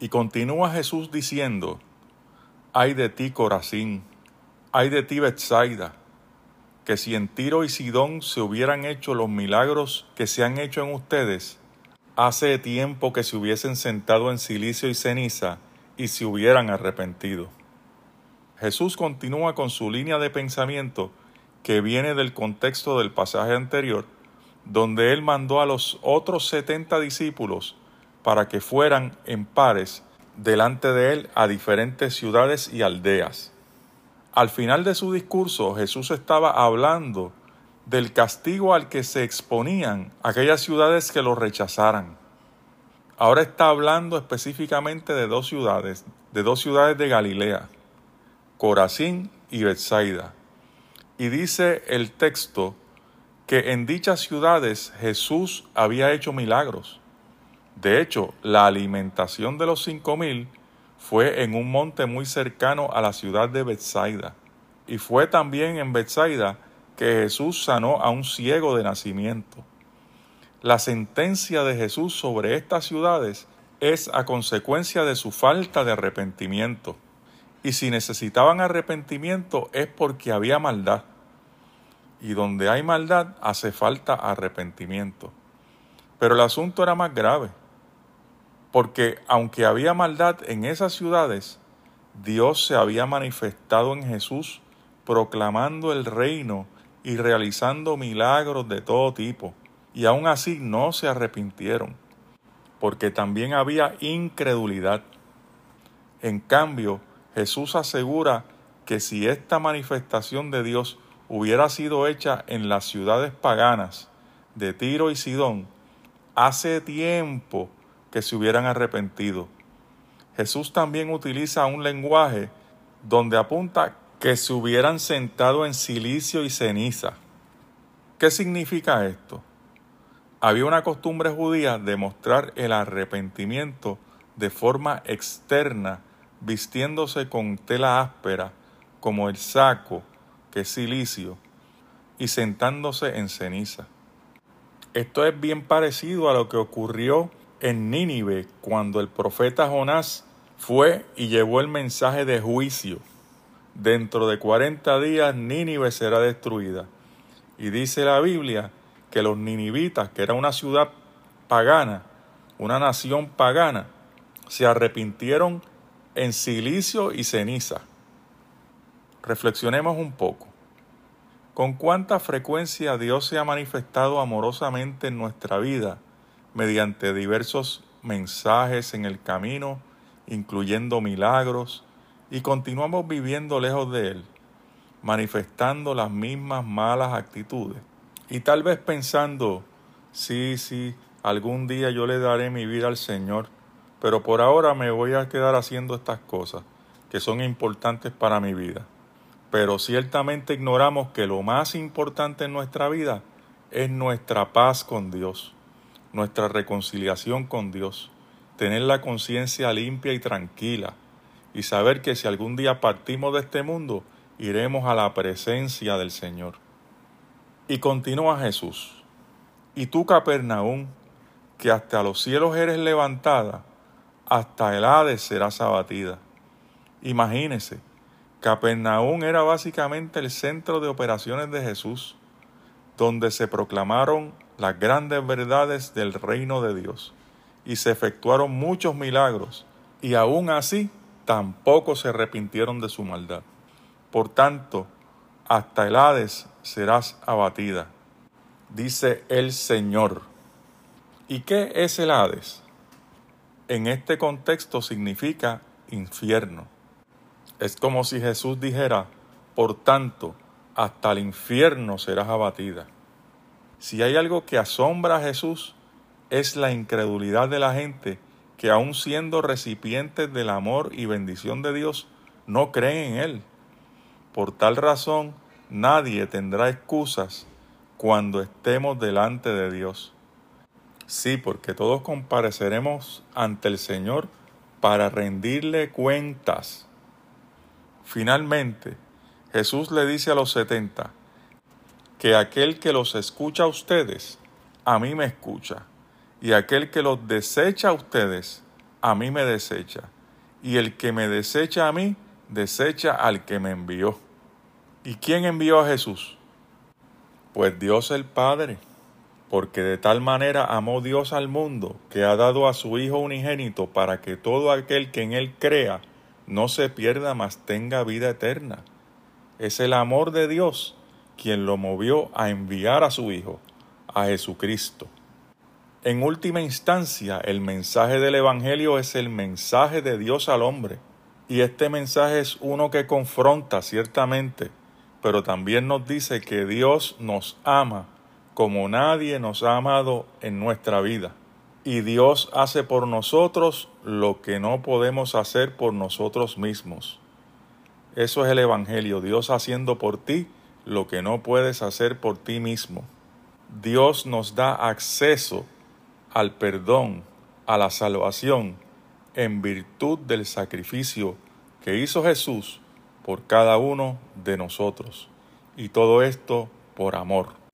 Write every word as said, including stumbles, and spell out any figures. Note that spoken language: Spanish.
Y continúa Jesús diciendo: ay de ti, Corazín, ay de ti, Betsaida, que si en Tiro y Sidón se hubieran hecho los milagros que se han hecho en ustedes, hace tiempo que se hubiesen sentado en cilicio y ceniza y se hubieran arrepentido. Jesús continúa con su línea de pensamiento que viene del contexto del pasaje anterior, donde Él mandó a los otros setenta discípulos para que fueran en pares delante de Él a diferentes ciudades y aldeas. Al final de su discurso, Jesús estaba hablando del castigo al que se exponían aquellas ciudades que lo rechazaran. Ahora está hablando específicamente de dos ciudades, de dos ciudades de Galilea, Corazín y Betsaida. Y dice el texto que en dichas ciudades Jesús había hecho milagros. De hecho, la alimentación de los cinco mil fue en un monte muy cercano a la ciudad de Betsaida. Y fue también en Betsaida que Jesús sanó a un ciego de nacimiento. La sentencia de Jesús sobre estas ciudades es a consecuencia de su falta de arrepentimiento. Y si necesitaban arrepentimiento es porque había maldad. Y donde hay maldad hace falta arrepentimiento. Pero el asunto era más grave. Porque aunque había maldad en esas ciudades, Dios se había manifestado en Jesús proclamando el reino y realizando milagros de todo tipo. Y aún así no se arrepintieron, porque también había incredulidad. En cambio, Jesús asegura que si esta manifestación de Dios hubiera sido hecha en las ciudades paganas de Tiro y Sidón, hace tiempo que se hubieran arrepentido. Jesús también utiliza un lenguaje donde apunta que se hubieran sentado en cilicio y ceniza. ¿Qué significa esto? Había una costumbre judía de mostrar el arrepentimiento de forma externa, vistiéndose con tela áspera, como el saco, que es cilicio, y sentándose en ceniza. Esto es bien parecido a lo que ocurrió en Nínive, cuando el profeta Jonás fue y llevó el mensaje de juicio. Dentro de cuarenta días Nínive será destruida. Y dice la Biblia que los ninivitas, que era una ciudad pagana, una nación pagana, se arrepintieron en cilicio y ceniza. Reflexionemos un poco. ¿Con cuánta frecuencia Dios se ha manifestado amorosamente en nuestra vida mediante diversos mensajes en el camino, incluyendo milagros, y continuamos viviendo lejos de Él, manifestando las mismas malas actitudes? Y tal vez pensando, sí, sí, algún día yo le daré mi vida al Señor, pero por ahora me voy a quedar haciendo estas cosas que son importantes para mi vida. Pero ciertamente ignoramos que lo más importante en nuestra vida es nuestra paz con Dios, nuestra reconciliación con Dios, tener la conciencia limpia y tranquila, y saber que si algún día partimos de este mundo, iremos a la presencia del Señor. Y continúa Jesús: y tú, Capernaum, que hasta los cielos eres levantada, hasta el Hades serás abatida. Imagínese, Capernaum era básicamente el centro de operaciones de Jesús, donde se proclamaron las grandes verdades del reino de Dios, y se efectuaron muchos milagros, y aún así tampoco se arrepintieron de su maldad. Por tanto, hasta el Hades serás abatida, dice el Señor. ¿Y qué es el Hades? En este contexto significa infierno. Es como si Jesús dijera: por tanto, hasta el infierno serás abatida. Si hay algo que asombra a Jesús, es la incredulidad de la gente que, aun siendo recipientes del amor y bendición de Dios, no creen en Él. Por tal razón, nadie tendrá excusas cuando estemos delante de Dios. Sí, porque todos compareceremos ante el Señor para rendirle cuentas. Finalmente, Jesús le dice a los setenta que aquel que los escucha a ustedes, a mí me escucha, y aquel que los desecha a ustedes, a mí me desecha, y el que me desecha a mí, desecha al que me envió. ¿Y quién envió a Jesús? Pues Dios el Padre, porque de tal manera amó Dios al mundo, que ha dado a su Hijo unigénito, para que todo aquel que en Él crea no se pierda, mas tenga vida eterna. Es el amor de Dios quien lo movió a enviar a su Hijo, a Jesucristo. En última instancia, el mensaje del Evangelio es el mensaje de Dios al hombre. Y este mensaje es uno que confronta ciertamente, pero también nos dice que Dios nos ama como nadie nos ha amado en nuestra vida. Y Dios hace por nosotros lo que no podemos hacer por nosotros mismos. Eso es el Evangelio, Dios haciendo por ti lo que no puedes hacer por ti mismo. Dios nos da acceso al perdón, a la salvación, en virtud del sacrificio que hizo Jesús por cada uno de nosotros. Y todo esto por amor.